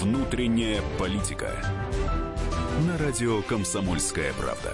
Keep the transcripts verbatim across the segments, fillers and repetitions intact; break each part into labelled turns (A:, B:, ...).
A: Внутренняя политика. На радио «Комсомольская правда».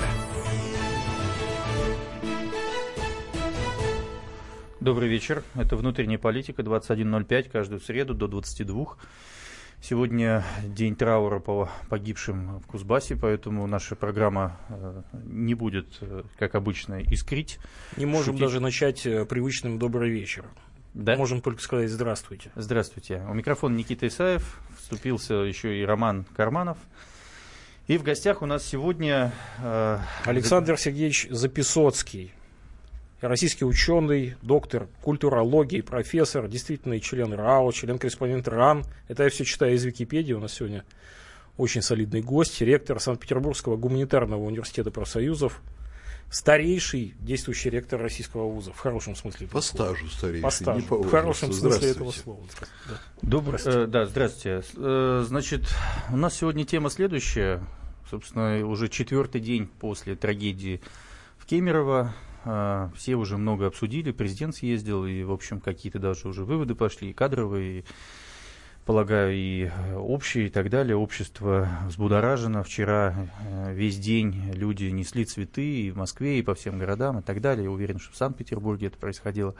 B: Добрый вечер. Это «Внутренняя политика», двадцать один ноль пять, каждую среду до двадцати двух. Сегодня день траура по погибшим в Кузбассе, поэтому наша программа не будет, как обычно, искрить.
C: Не можем
B: шутить.
C: даже начать привычным «добрый вечер».
B: Да?
C: Можем только сказать «здравствуйте».
B: Здравствуйте. У микрофона Никита Исаев, вступился еще и Роман Карманов. И в гостях у нас сегодня... Э,
C: Александр Сергеевич Записоцкий, российский ученый, доктор культурологии, профессор, действительно член РАО, член-корреспондент РАН. Это я все читаю из Википедии. У нас сегодня очень солидный гость, ректор Санкт-Петербургского гуманитарного университета профсоюзов, старейший действующий ректор российского вуза, в хорошем смысле.
D: По стажу старейший,
C: по стажу,
D: не по возрасту.
C: В хорошем смысле этого слова. Да.
B: Добр... э, да, здравствуйте. Э, значит, у нас сегодня тема следующая. Собственно, уже четвертый день после трагедии в Кемерово. Э, все уже много обсудили, президент съездил, и, в общем, какие-то даже уже выводы пошли, и кадровые, и, полагаю, и общие, и так далее. Общество взбудоражено. Вчера весь день люди несли цветы и в Москве, и по всем городам, и так далее. Я уверен, что в Санкт-Петербурге это происходило.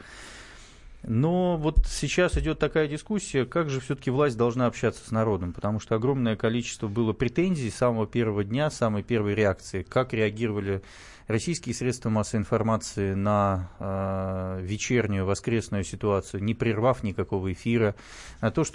B: Но вот сейчас идет такая дискуссия, как же все-таки власть должна общаться с народом, потому что огромное количество было претензий с самого первого дня, самой первой реакции, как реагировали российские средства массовой информации на э, вечернюю, воскресную ситуацию, не прервав никакого эфира, на то,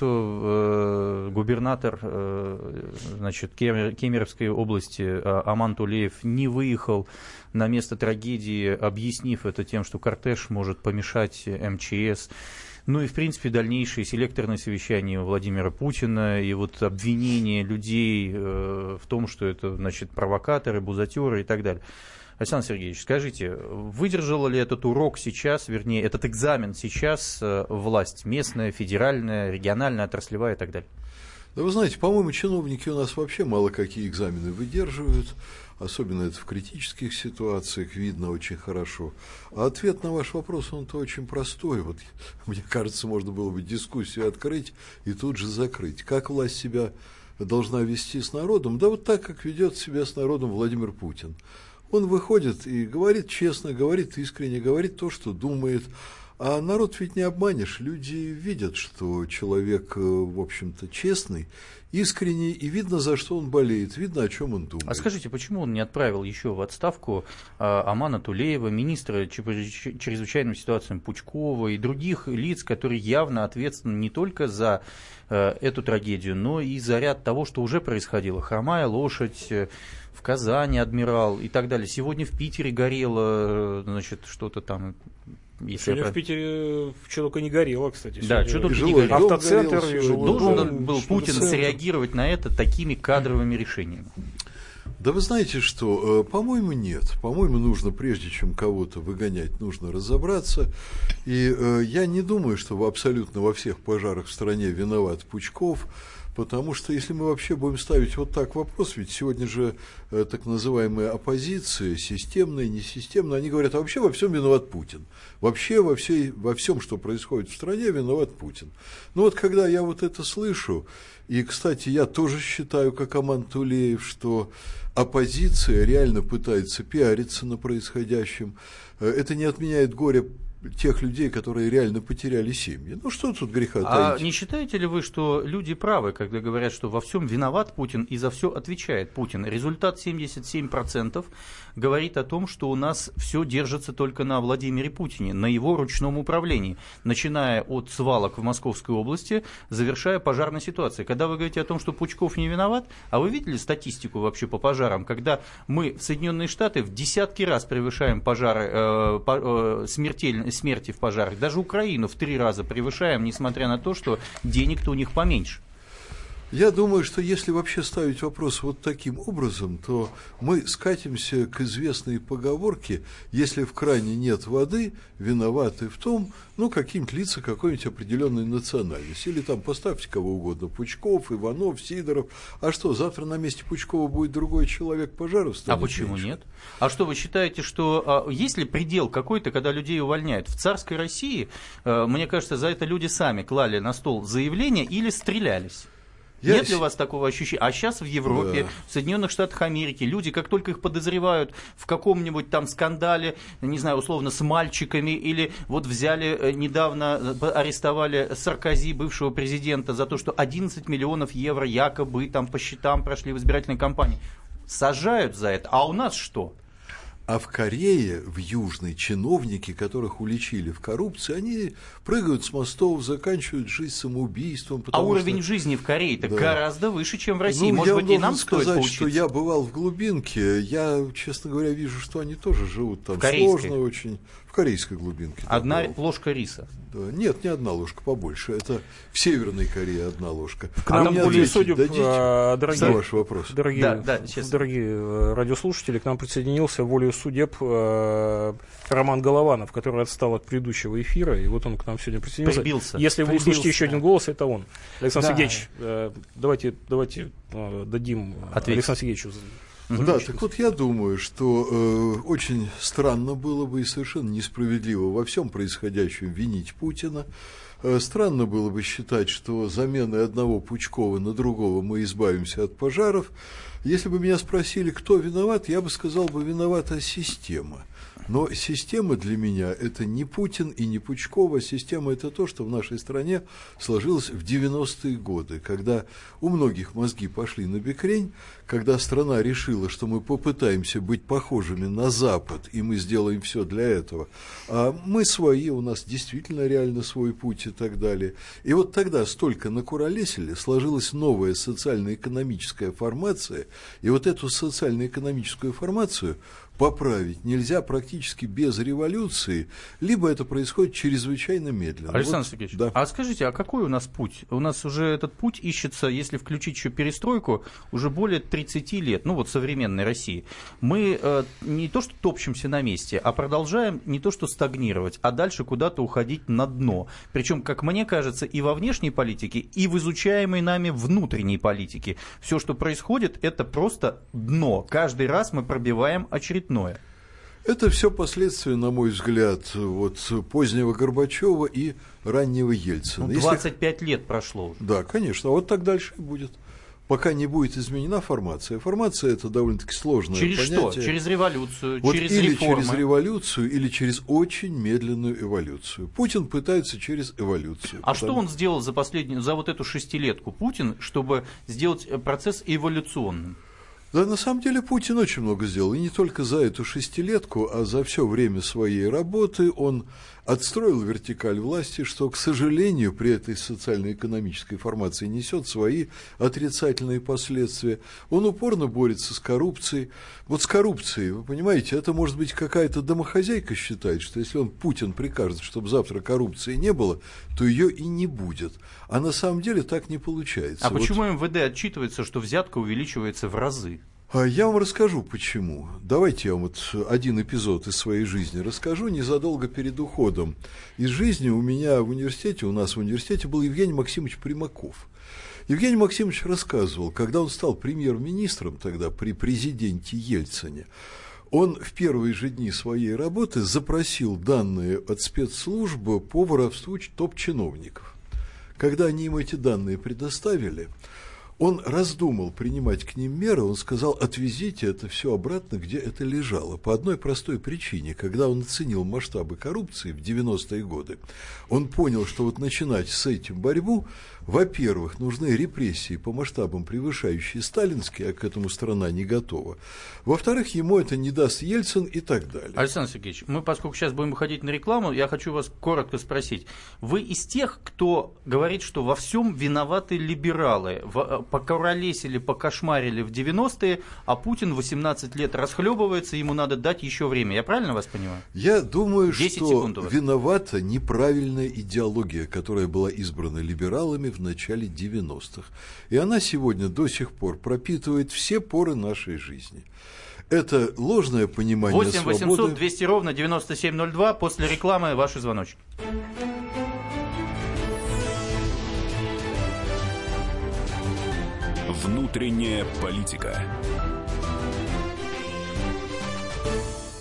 B: что э, губернатор э, значит, Кемер, Кемеровской области э, Аман Тулеев не выехал на место трагедии, объяснив это тем, что кортеж может помешать эм че эс. Ну и, в принципе, дальнейшие селекторные совещания у Владимира Путина и вот обвинения людей э, в том, что это, значит, провокаторы, бузатеры и так далее. Александр Сергеевич, скажите, выдержала ли этот урок сейчас, вернее, этот экзамен сейчас э, власть местная, федеральная, региональная, отраслевая и так далее?
D: Да вы знаете, по-моему, чиновники у нас вообще мало какие экзамены выдерживают, особенно это в критических ситуациях видно очень хорошо. А ответ на ваш вопрос, он-то очень простой. Вот, мне кажется, можно было бы дискуссию открыть и тут же закрыть. Как власть себя должна вести с народом? Да вот так, как ведет себя с народом Владимир Путин. Он выходит и говорит честно, говорит искренне, говорит то, что думает. А народ ведь не обманешь. Люди видят, что человек, в общем-то, честный, искренний, и видно, за что он болеет, видно, о чем он думает.
B: А скажите, почему он не отправил еще в отставку а, Амана Тулеева, министра чрезвычайным ситуациям Пучкова и других лиц, которые явно ответственны не только за а, эту трагедию, но и за ряд того, что уже происходило? Хромая лошадь, в Казани адмирал и так далее. Сегодня в Питере горело, значит, что-то там.
C: Если Сегодня я... в Питере что только не горело, кстати.
B: Да, что только не
C: горело. Автоцентр.
B: Должен был Путин среагировать на это такими кадровыми решениями.
D: Да вы знаете что, по-моему, нет. По-моему, нужно, прежде чем кого-то выгонять, нужно разобраться. И э, я не думаю, что абсолютно во всех пожарах в стране виноват Пучков. Потому что если мы вообще будем ставить вот так вопрос, ведь сегодня же э, так называемая оппозиция, системная, несистемная, они говорят, а вообще во всем виноват Путин. Вообще во, всей, во всем, что происходит в стране, виноват Путин. Ну вот когда я вот это слышу, и, кстати, я тоже считаю, как Аман Тулеев, что оппозиция реально пытается пиариться на происходящем, э, это не отменяет горя тех людей, которые реально потеряли семьи. Ну, что тут греха таить?
B: А не считаете ли вы, что люди правы, когда говорят, что во всем виноват Путин и за все отвечает Путин? Результат семьдесят семь процентов говорит о том, что у нас все держится только на Владимире Путине, на его ручном управлении, начиная от свалок в Московской области, завершая пожарной ситуацией. Когда вы говорите о том, что Пучков не виноват, а вы видели статистику вообще по пожарам, когда мы в Соединенные Штаты в десятки раз превышаем пожары, э, по, э, смертельные смерти в пожарах. Даже Украину в три раза превышаем, несмотря на то, что денег-то у них поменьше.
D: Я думаю, что если вообще ставить вопрос вот таким образом, то мы скатимся к известной поговорке: если в кране нет воды, виноваты в том, ну, какие-нибудь лица какой-нибудь определенной национальности. Или там поставьте кого угодно, Пучков, Иванов, Сидоров. А что, завтра на месте Пучкова будет другой человек, пожаров станет
B: А почему
D: меньше?
B: нет? А что, вы считаете, что а, есть ли предел какой-то, когда людей увольняют? В царской России, а, мне кажется, за это люди сами клали на стол заявление или стрелялись.
D: Я...
B: Нет ли у вас такого ощущения? А сейчас в Европе, да. в Соединенных Штатах Америки, люди, как только их подозревают в каком-нибудь там скандале, не знаю, условно, с мальчиками, или вот взяли недавно, арестовали Саркози, бывшего президента, за то, что одиннадцать миллионов евро якобы там по счетам прошли в избирательной кампании. Сажают за это. А у нас что?
D: А в Корее, в Южной, чиновники, которых уличили в коррупции, они прыгают с мостов, заканчивают жизнь самоубийством.
B: А уровень что... жизни в Корее-то да. гораздо выше, чем в России.
D: Ну,
B: Может быть, и нам
D: сказать,
B: стоит поучиться?
D: Что я бывал в глубинке, я, честно говоря, вижу, что они тоже живут там сложно очень. В корейской глубинке.
B: Одна
D: да,
B: ложка риса?
D: Да. Нет, не одна ложка, побольше. Это в Северной Корее одна ложка.
C: К нам а более судеб, дорогие,
D: на ваш вопрос.
C: Дорогие, да, да, дорогие радиослушатели, к нам присоединился волею судеб э, Роман Голованов, который отстал от предыдущего эфира, и вот он к нам сегодня присоединился.
B: Прибился.
C: Если вы
B: Прибился.
C: услышите еще один голос, это он. Александр
B: да.
C: Сергеевич, э, давайте, давайте э, дадим Ответь. Александру Сергеевичу.
D: Угу. Да, так вот я думаю, что э, очень странно было бы и совершенно несправедливо во всем происходящем винить Путина. Э, странно было бы считать, что заменой одного Пучкова на другого мы избавимся от пожаров. Если бы меня спросили, кто виноват, я бы сказал бы, виновата система. Но система для меня – это не Путин и не Пучкова. Система – это то, что в нашей стране сложилось в девяностые годы, когда у многих мозги пошли на бекрень, когда страна решила, что мы попытаемся быть похожими на Запад, и мы сделаем все для этого. А мы свои, у нас действительно реально свой путь и так далее. И вот тогда столько накуролесили, сложилась новая социально-экономическая формация, и вот эту социально-экономическую формацию поправить нельзя практически без революции, либо это происходит чрезвычайно медленно.
B: Александр
D: вот,
B: Сергеевич,
D: да.
B: а скажите, а какой у нас путь? У нас уже этот путь ищется, если включить еще перестройку, уже более тридцати лет, ну вот современной России. Мы э, не то что топчемся на месте, а продолжаем не то что стагнировать, а дальше куда-то уходить на дно. Причем, как мне кажется, и во внешней политике, и в изучаемой нами внутренней политике. Все, что происходит, это просто дно. Каждый раз мы пробиваем очередное.
D: Это все последствия, на мой взгляд, вот, позднего Горбачева и раннего Ельцина.
B: Ну, двадцать пять Если... лет прошло уже.
D: Да, конечно. А вот так дальше и будет. Пока не будет изменена формация. Формация – это довольно-таки сложное
B: через
D: понятие.
B: Через что? Через революцию,
D: вот
B: через
D: или
B: реформы.
D: через революцию, или через очень медленную эволюцию. Путин пытается через эволюцию.
B: А
D: потому...
B: что он сделал за последнюю, за вот эту шестилетку, Путин, чтобы сделать процесс эволюционным?
D: Да, на самом деле Путин очень много сделал, и не только за эту шестилетку, а за все время своей работы он отстроил вертикаль власти, что, к сожалению, при этой социально-экономической формации несет свои отрицательные последствия. Он упорно борется с коррупцией. Вот с коррупцией, вы понимаете, это может быть какая-то домохозяйка считает, что если он, Путин, прикажет, чтобы завтра коррупции не было, то ее и не будет. А на самом деле так не получается.
B: А
D: вот...
B: почему эм вэ дэ отчитывается, что взятка увеличивается в разы?
D: Я вам расскажу, почему. Давайте я вам вот один эпизод из своей жизни расскажу. Незадолго перед уходом из жизни у меня в университете, у нас в университете был Евгений Максимович Примаков. Евгений Максимович рассказывал, когда он стал премьер-министром тогда при президенте Ельцине, он в первые же дни своей работы запросил данные от спецслужб по воровству топ-чиновников. Когда они им эти данные предоставили, он раздумал принимать к ним меры, он сказал, отвезите это все обратно, где это лежало. По одной простой причине, когда он оценил масштабы коррупции в девяностые годы, он понял, что вот начинать с этим борьбу, во-первых, нужны репрессии по масштабам, превышающие сталинские, а к этому страна не готова. Во-вторых, ему это не даст Ельцин и так далее.
B: Александр Сергеевич, мы, поскольку сейчас будем выходить на рекламу, я хочу вас коротко спросить. Вы из тех, кто говорит, что во всем виноваты либералы? Покуролесили, покошмарили в девяностые, а Путин восемнадцать лет расхлебывается, ему надо дать еще время. Я правильно вас понимаю?
D: Я думаю, что виновата неправильная идеология, которая была избрана либералами в начале девяностых. И она сегодня до сих пор пропитывает все поры нашей жизни. Это ложное понимание
B: восемь восемьсот двести ровно девяносто семь ноль два. После рекламы ваши звоночки.
A: Внутренняя политика.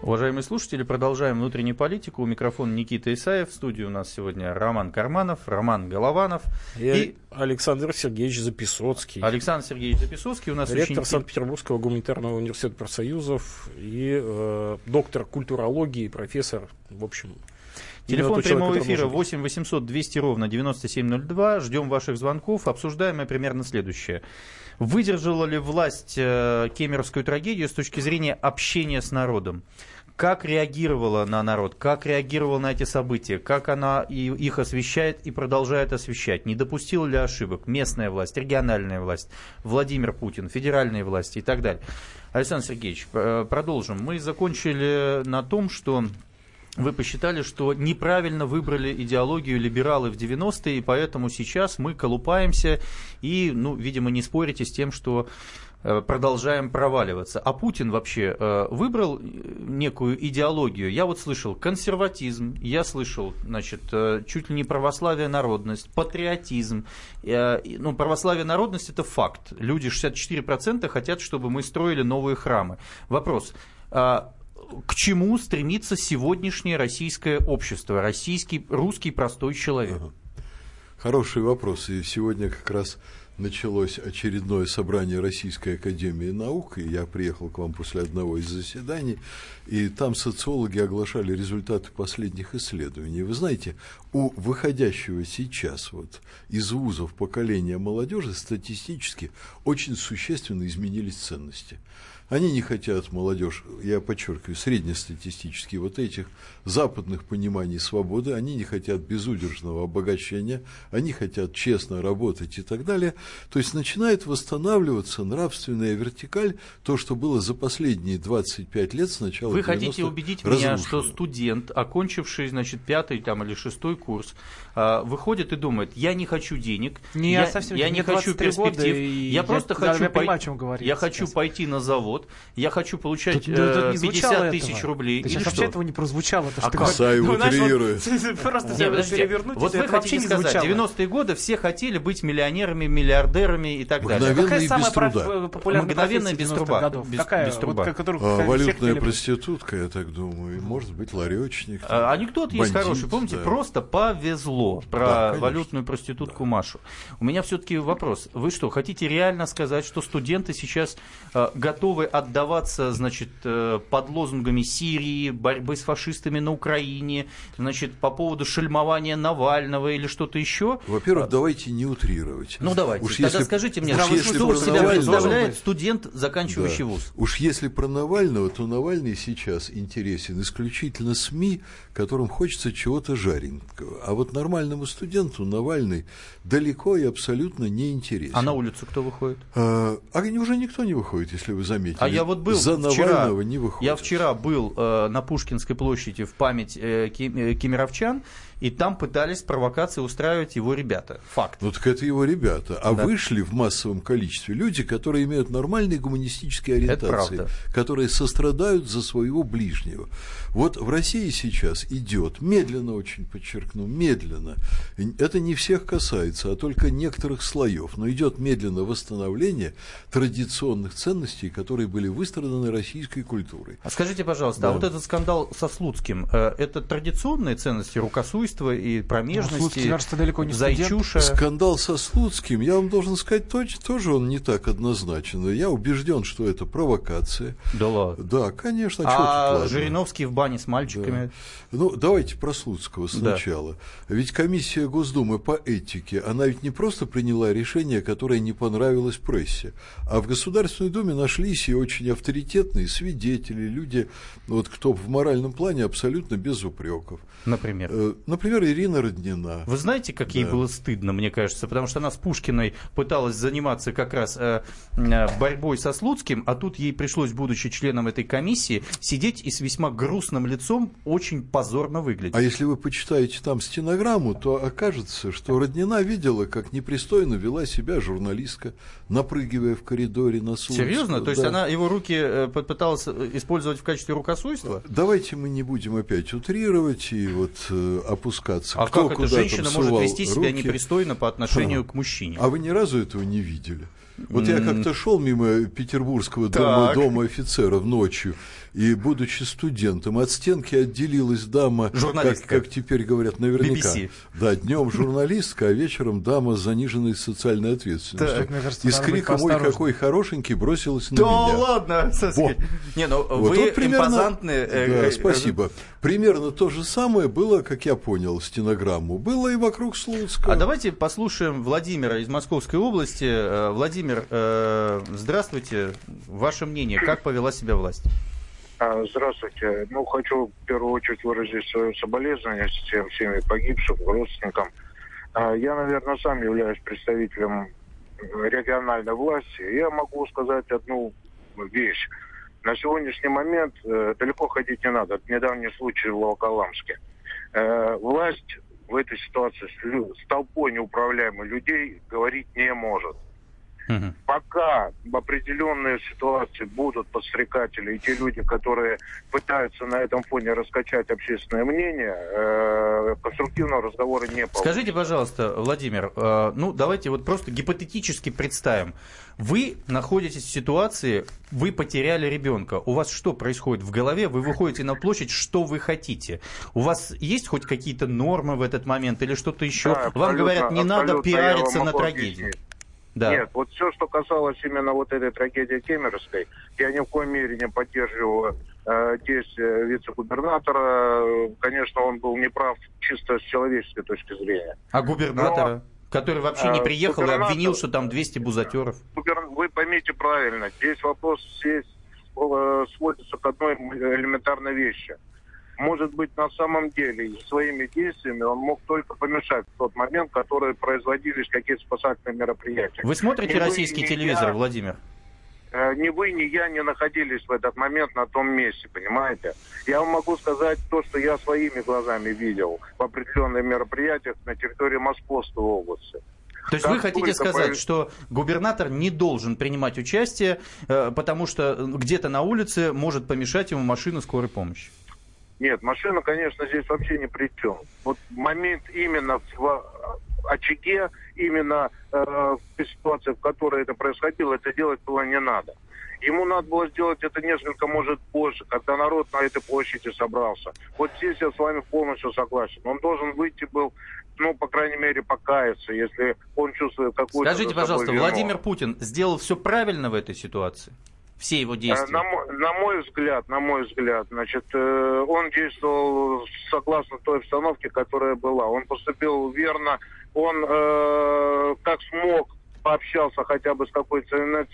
B: Уважаемые слушатели, продолжаем внутреннюю политику. У микрофона Никита Исаев. В студии у нас сегодня Роман Карманов, Роман Голованов
C: и,
B: и
C: Александр Сергеевич Записоцкий.
B: Александр Сергеевич Записоцкий у нас
C: ректор
B: очень...
C: Санкт-Петербургского гуманитарного университета профсоюзов и э, доктор культурологии, профессор, в общем...
B: Телефон прямого эфира восемь восемьсот двести ровно девяносто семь ноль два. Ждем ваших звонков. Обсуждаемое примерно следующее. Выдержала ли власть э, кемеровскую трагедию с точки зрения общения с народом? Как реагировала на народ? Как реагировала на эти события? Как она и, их освещает и продолжает освещать? Не допустила ли ошибок местная власть, региональная власть, Владимир Путин, федеральные власти и так далее? Александр Сергеевич, продолжим. Мы закончили на том, что... Вы посчитали, что неправильно выбрали идеологию либералы в девяностые, и поэтому сейчас мы колупаемся и, ну, видимо, не спорите с тем, что э, продолжаем проваливаться. А Путин вообще э, выбрал некую идеологию. Я вот слышал консерватизм, я слышал, значит, э, чуть ли не православие, народность, патриотизм. Э, ну, православие, народность – это факт. Люди, шестьдесят четыре процента, хотят, чтобы мы строили новые храмы. Вопрос э, – к чему стремится сегодняшнее российское общество, российский, русский простой человек?
D: Ага. Хороший вопрос. И сегодня как раз началось очередное собрание Российской академии наук, и я приехал к вам после одного из заседаний, и там социологи оглашали результаты последних исследований. Вы знаете, у выходящего сейчас вот из вузов поколения молодежи статистически очень существенно изменились ценности. Они не хотят, молодежь, я подчеркиваю, среднестатистически вот этих западных пониманий свободы, они не хотят безудержного обогащения, они хотят честно работать и так далее. То есть начинает восстанавливаться нравственная вертикаль, то, что было за последние двадцать пять лет с начала
B: девяностых. Вы хотите убедить
D: разрушено.
B: Меня, что студент, окончивший, значит, пятый там, или шестой курс, выходит и думает, я не хочу денег,
E: не,
B: я,
E: я, совсем,
B: я не хочу перспектив, я просто
E: я,
B: хочу,
E: я,
B: пой...
E: понимаю,
B: я хочу пойти на завод, я хочу получать
E: тут, э, тут
B: пятьдесят тысяч рублей.
E: Да, или сейчас
B: что?
E: вообще этого не прозвучало. То,
D: а что Сай утрирует.
E: Просто
B: не,
E: перевернуть.
B: Вот вы хотите сказать, в девяностые годы все хотели быть миллионерами, миллиардерами и так далее.
E: Какая самая популярная
B: профессия
E: без труба?
B: Какая?
D: Валютная проститутка, я так думаю, может быть, ларечник.
B: Анекдот есть хороший, помните, просто повезло про валютную проститутку Машу. У меня все-таки вопрос. Вы что, хотите реально сказать, что студенты сейчас готовы отдаваться, значит, под лозунгами Сирии, борьбы с фашистами на Украине, значит, по поводу шельмования Навального или что-то еще?
D: Во-первых, а... давайте не утрировать.
B: Ну, давайте.
D: Уж
B: Тогда
D: если...
B: скажите мне,
D: уж
B: что
D: если
B: из себя
D: Навального...
B: представляет студент, заканчивающий
D: да.
B: вуз?
D: Уж если про Навального, то Навальный сейчас интересен исключительно СМИ, которым хочется чего-то жаренького. А вот нормальному студенту Навальный далеко и абсолютно не интересен.
B: А на улицу кто выходит?
D: А, а уже никто не выходит, если вы заметили.
B: А я вот был
D: За
B: вчера,
D: Навального не выходит.
B: Я вчера был э, на Пушкинской площади в память э, кемеровчан, и там пытались провокации устраивать его ребята. Факт.
D: Ну так это его ребята. А
B: да.
D: вышли в массовом количестве люди, которые имеют нормальные гуманистические ориентации, которые сострадают за своего ближнего. Вот в России сейчас идет, медленно очень подчеркну, медленно, это не всех касается, а только некоторых слоев, но идет медленно восстановление традиционных ценностей, которые были выстраданы российской культурой.
B: А скажите, пожалуйста,
D: да.
B: а вот этот скандал со Слуцким, это традиционные ценности рукосуйства и промежности,
E: ну, кажется, далеко не
B: зайчуша?
D: Скандал со Слуцким, я вам должен сказать, точно, тоже он не так однозначен. Я убежден, что это провокация.
B: Да ладно?
D: Да, конечно.
B: А, а Жириновский в бане с мальчиками?
D: Да. Ну, давайте про Слуцкого сначала. Да. Ведь комиссия Госдумы по этике, она ведь не просто приняла решение, которое не понравилось прессе, а в Государственной Думе нашлись и очень авторитетные свидетели, люди, вот, кто в моральном плане абсолютно без упреков.
B: Например?
D: Э, например, Ирина Роднина.
B: Вы знаете, как да. ей было стыдно, мне кажется, потому что она с Пушкиной пыталась заниматься как раз э, э, борьбой со Слуцким, а тут ей пришлось, будучи членом этой комиссии, сидеть и с весьма грустным лицом очень позорно выглядеть.
D: А если вы почитаете там стенограмму, то окажется, что Роднина видела, как непристойно вела себя журналистка, напрыгивая в коридоре на Слуцкого.
B: Серьезно? То есть
D: да.
B: она его руки попыталась использовать в качестве рукосуйства?
D: Давайте мы не будем опять утрировать и вот э, опускаться.
B: А
D: Кто
B: как эта женщина может вести себя
D: руки?
B: непристойно по отношению
D: а.
B: к мужчине?
D: А вы ни разу этого не видели? Вот mm. я как-то шел мимо Петербургского дома, дома офицеров ночью, и, будучи студентом, от стенки отделилась дама, как, как теперь говорят наверняка. би би си. Да, днем журналистка, а вечером дама с заниженной социальной ответственностью. Так, кажется, и с криком «Ой, какой хорошенький!» бросилась на
B: да
D: меня. Да
B: ладно! Вот. Не, ну
D: вот,
B: вы
D: вот примерно,
B: импозантные.
D: Да, спасибо. Примерно то же самое было, как я понял стенограмму, было и вокруг Слуцкого.
B: А давайте послушаем Владимира из Московской области. Владимир, здравствуйте. Ваше мнение, как повела себя власть?
F: Здравствуйте. Ну, хочу в первую очередь выразить свое соболезнование всем всеми погибшим, родственникам. Я, наверное, сам являюсь представителем региональной власти. Я могу сказать одну вещь. На сегодняшний момент э, далеко ходить не надо. Это недавний случай в Волоколамске. Э, власть в этой ситуации с, с толпой неуправляемых людей говорить не может. Uh-huh. Пока в определенные ситуации будут подстрекатели и те люди, которые пытаются на этом фоне раскачать общественное мнение, э, конструктивного разговора не получится.
B: Скажите, пожалуйста, Владимир, э, ну давайте вот просто гипотетически представим. Вы находитесь в ситуации, вы потеряли ребенка. У вас что происходит в голове? Вы выходите на площадь, что вы хотите? У вас есть хоть какие-то нормы в этот момент или что-то еще?
F: Да,
B: вам говорят, не надо пиариться на трагедии.
F: Объяснить.
B: Да.
F: Нет, вот все, что касалось именно вот этой трагедии Кемеровской, я ни в коей мере не поддерживаю э, действия вице-губернатора. Конечно, он был неправ чисто с человеческой точки зрения.
B: А губернатора, Но, который вообще не приехал и обвинил, что там двести бузатеров?
F: Губер... Вы поймите правильно, здесь вопрос здесь, э, сводится к одной элементарной вещи. Может быть, на самом деле своими действиями он мог только помешать в тот момент, который производились какие-то спасательные мероприятия.
B: Вы смотрите ни российский вы, телевизор, я, Владимир?
F: Э, ни вы, ни я не находились в этот момент на том месте, понимаете? Я вам могу сказать то, что я своими глазами видел в определенных мероприятиях на территории Московской области.
B: То есть как вы хотите сказать, по... что губернатор не должен принимать участие, э, потому что где-то на улице может помешать ему машина скорой помощи?
F: Нет, машина, конечно, здесь вообще ни при чем. Вот момент именно в очаге, именно э, в ситуации, в которой это происходило, это делать было не надо. Ему надо было сделать это несколько, может, позже, когда народ на этой площади собрался. Вот здесь я с вами полностью согласен. Он должен выйти был, ну, по крайней мере, покаяться, если он чувствует какую-то...
B: Скажите, пожалуйста, вину. Владимир Путин сделал все правильно в этой ситуации? Все его действия?
F: На мой, на мой взгляд, на мой взгляд, значит, э, он действовал согласно той обстановке, которая была. Он поступил верно, он э, как смог пообщался хотя бы с какой-то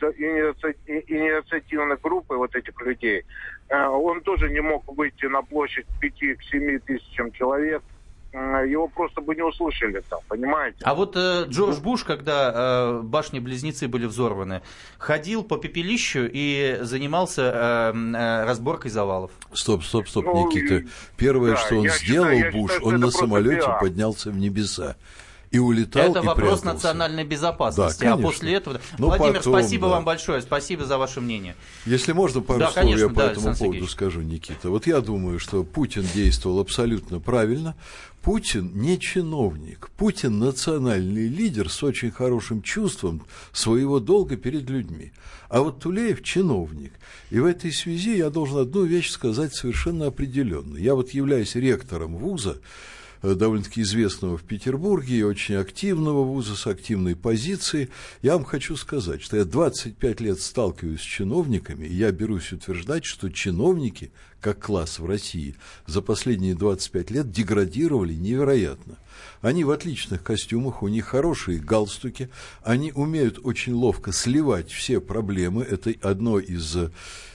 F: инициативной группой вот этих людей. Э, он тоже не мог выйти на площадь пяти-семи тысячам человек. Его просто бы не услышали там, понимаете?
B: А вот э, Джордж Буш, когда э, башни-близнецы были взорваны, ходил по пепелищу и занимался э, э, разборкой завалов.
D: Стоп, стоп, стоп, ну, Никита. Первое, да, что он сделал, считаю, Буш, считаю, он на самолете пиар. поднялся в небеса. И улетал,
B: Это
D: и
B: вопрос
D: прятался.
B: национальной безопасности.
D: Да,
B: а после этого...
D: Но
B: Владимир,
D: потом,
B: спасибо
D: да.
B: вам большое. Спасибо за ваше мнение.
D: Если можно, пару
B: да,
D: слов
B: конечно,
D: я по
B: да,
D: этому
B: Александр
D: поводу
B: Сергеевич.
D: скажу, Никита. Вот я думаю, что Путин действовал абсолютно правильно. Путин не чиновник. Путин национальный лидер с очень хорошим чувством своего долга перед людьми. А вот Тулеев чиновник. И в этой связи я должен одну вещь сказать совершенно определенно. Я вот являюсь ректором вуза, довольно-таки известного в Петербурге, и очень активного вуза с активной позицией. Я вам хочу сказать, что я двадцать пять лет сталкиваюсь с чиновниками, и я берусь утверждать, что чиновники, как класс в России, за последние двадцать пять лет деградировали невероятно. Они в отличных костюмах, у них хорошие галстуки, они умеют очень ловко сливать все проблемы. Это одно из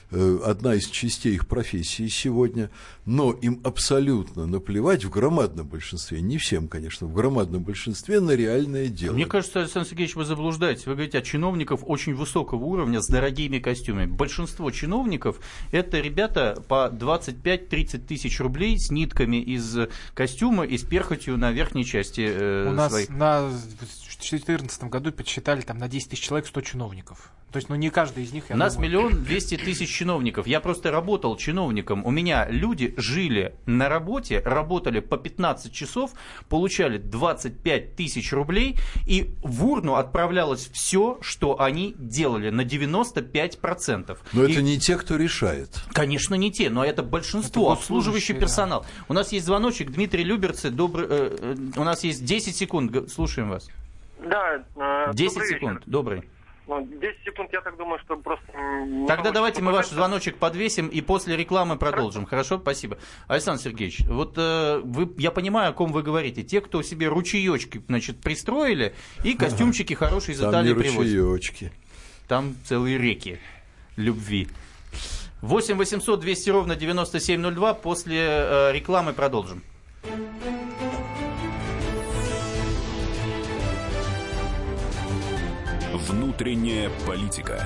D: одна из частей их профессии сегодня, но им абсолютно наплевать в громадном большинстве, не всем, конечно, в громадном большинстве на реальное дело.
B: Мне кажется, Александр Сергеевич, вы заблуждаетесь. Вы говорите о чиновников очень высокого уровня с дорогими костюмами. Большинство чиновников – это ребята по двадцать пять - тридцать тысяч рублей с нитками из костюма и с перхотью на верхней части э,
E: У нас
B: своих.
E: на, в две тысячи четырнадцатом году подсчитали там, на десять тысяч человек сто чиновников. То есть, ну, не каждый из них...
B: У нас
E: думаю...
B: миллион двести тысяч чиновников. Я просто работал чиновником. У меня люди жили на работе, работали по пятнадцать часов, получали двадцать пять тысяч рублей, и в урну отправлялось все, что они делали, на девяносто пять процентов.
D: Но
B: и...
D: это не те, кто решает.
B: Конечно, не те, но это большинство, это обслуживающий персонал. Да. У нас есть звоночек, Дмитрий Люберцы, добрый, э, э, у нас есть десять секунд, слушаем вас.
G: Да, э,
B: десять секунд,
G: вечер.
B: добрый.
G: Ну, десять секунд, я так думаю, что просто...
B: Тогда давайте мы ваш звоночек подвесим и после рекламы продолжим. Хорошо, Хорошо? Спасибо. Александр Сергеевич, вот э, вы, я понимаю, о ком вы говорите. Те, кто себе ручеечки, значит, пристроили и костюмчики ага. хорошие из Италии привозят.
D: Там не ручеечки.
B: Там целые реки любви. восемь восемьсот двести ровно девяносто семь ноль два. После э, рекламы продолжим.
A: Внутренняя политика.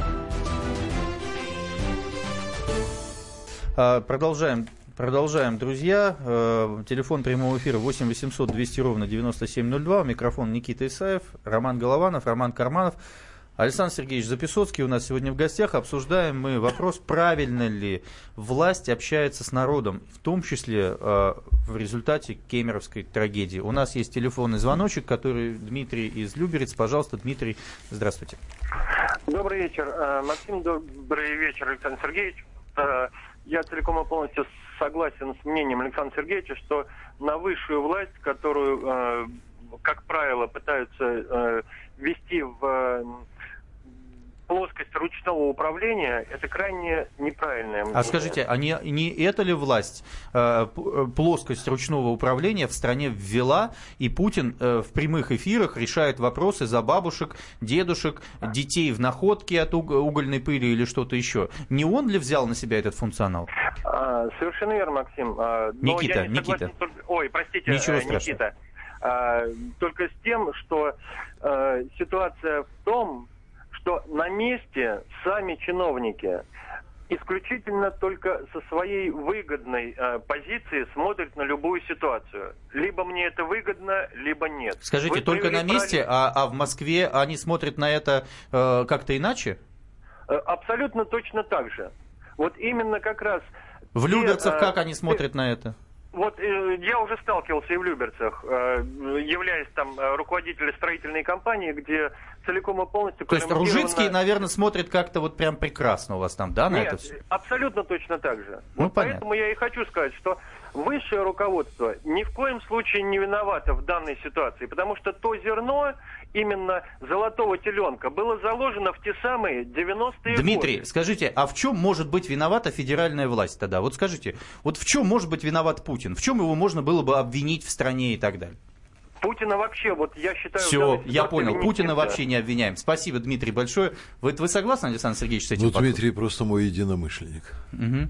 B: Продолжаем. Продолжаем, друзья. Телефон прямого эфира восемь восемьсот двести ровно девяносто семь ноль два. Микрофон Никита Исаев, Роман Голованов, Роман Карманов. Александр Сергеевич Записоцкий у нас сегодня в гостях. Обсуждаем мы вопрос, правильно ли власть общается с народом, в том числе э, в результате кемеровской трагедии. У нас есть телефонный звоночек, который Дмитрий из Люберец. Пожалуйста, Дмитрий, здравствуйте.
G: Добрый вечер. Максим, добрый вечер, Александр Сергеевич. Я целиком и полностью согласен с мнением Александра Сергеевича, что на высшую власть, которую, как правило, пытаются ввести в плоскость ручного управления, это крайне неправильное мнение.
B: А скажите, а не, не это ли власть, э, плоскость ручного управления в стране ввела, и Путин э, в прямых эфирах решает вопросы за бабушек, дедушек, детей в находке от угольной пыли или что-то еще? Не он ли взял на себя этот функционал?
G: А, совершенно верно, Максим. А,
B: Никита,
G: я не
B: Никита.
G: Только... Ой, простите,
B: Ничего
G: Никита.
B: страшного.
G: А, только с тем, что а, ситуация в том, что на месте сами чиновники исключительно только со своей выгодной э, позиции смотрят на любую ситуацию. Либо мне это выгодно, либо нет.
B: Скажите,
G: Вы
B: только на месте, а, а в Москве они смотрят на это э, как-то иначе?
G: Э, абсолютно точно так же. Вот именно как раз...
B: В Люберцах
G: э,
B: как они смотрят э, на это?
G: Вот э, я уже сталкивался и в Люберцах, э, являясь там руководителем строительной компании, где целиком и полностью...
B: То есть Ружицкий, наверное, смотрит как-то вот прям прекрасно у вас там, да, на
G: Нет,
B: это все?
G: Абсолютно точно так же.
B: Ну,
G: вот поэтому я и хочу сказать, что высшее руководство ни в коем случае не виновато в данной ситуации, потому что то зерно, именно золотого теленка, было заложено в те самые девяностые годы.
B: Дмитрий, скажите, а в чем может быть виновата федеральная власть тогда? Вот скажите, вот в чем может быть виноват Путин? В чем его можно было бы обвинить в стране и так далее?
G: Путина вообще, вот я считаю...
B: Все, я понял, Путина нельзя. Вообще не обвиняем. Спасибо, Дмитрий, большое. Вы, вы согласны, Александр Сергеевич, с этим?
D: Ну, Дмитрий просто мой единомышленник.
B: Угу.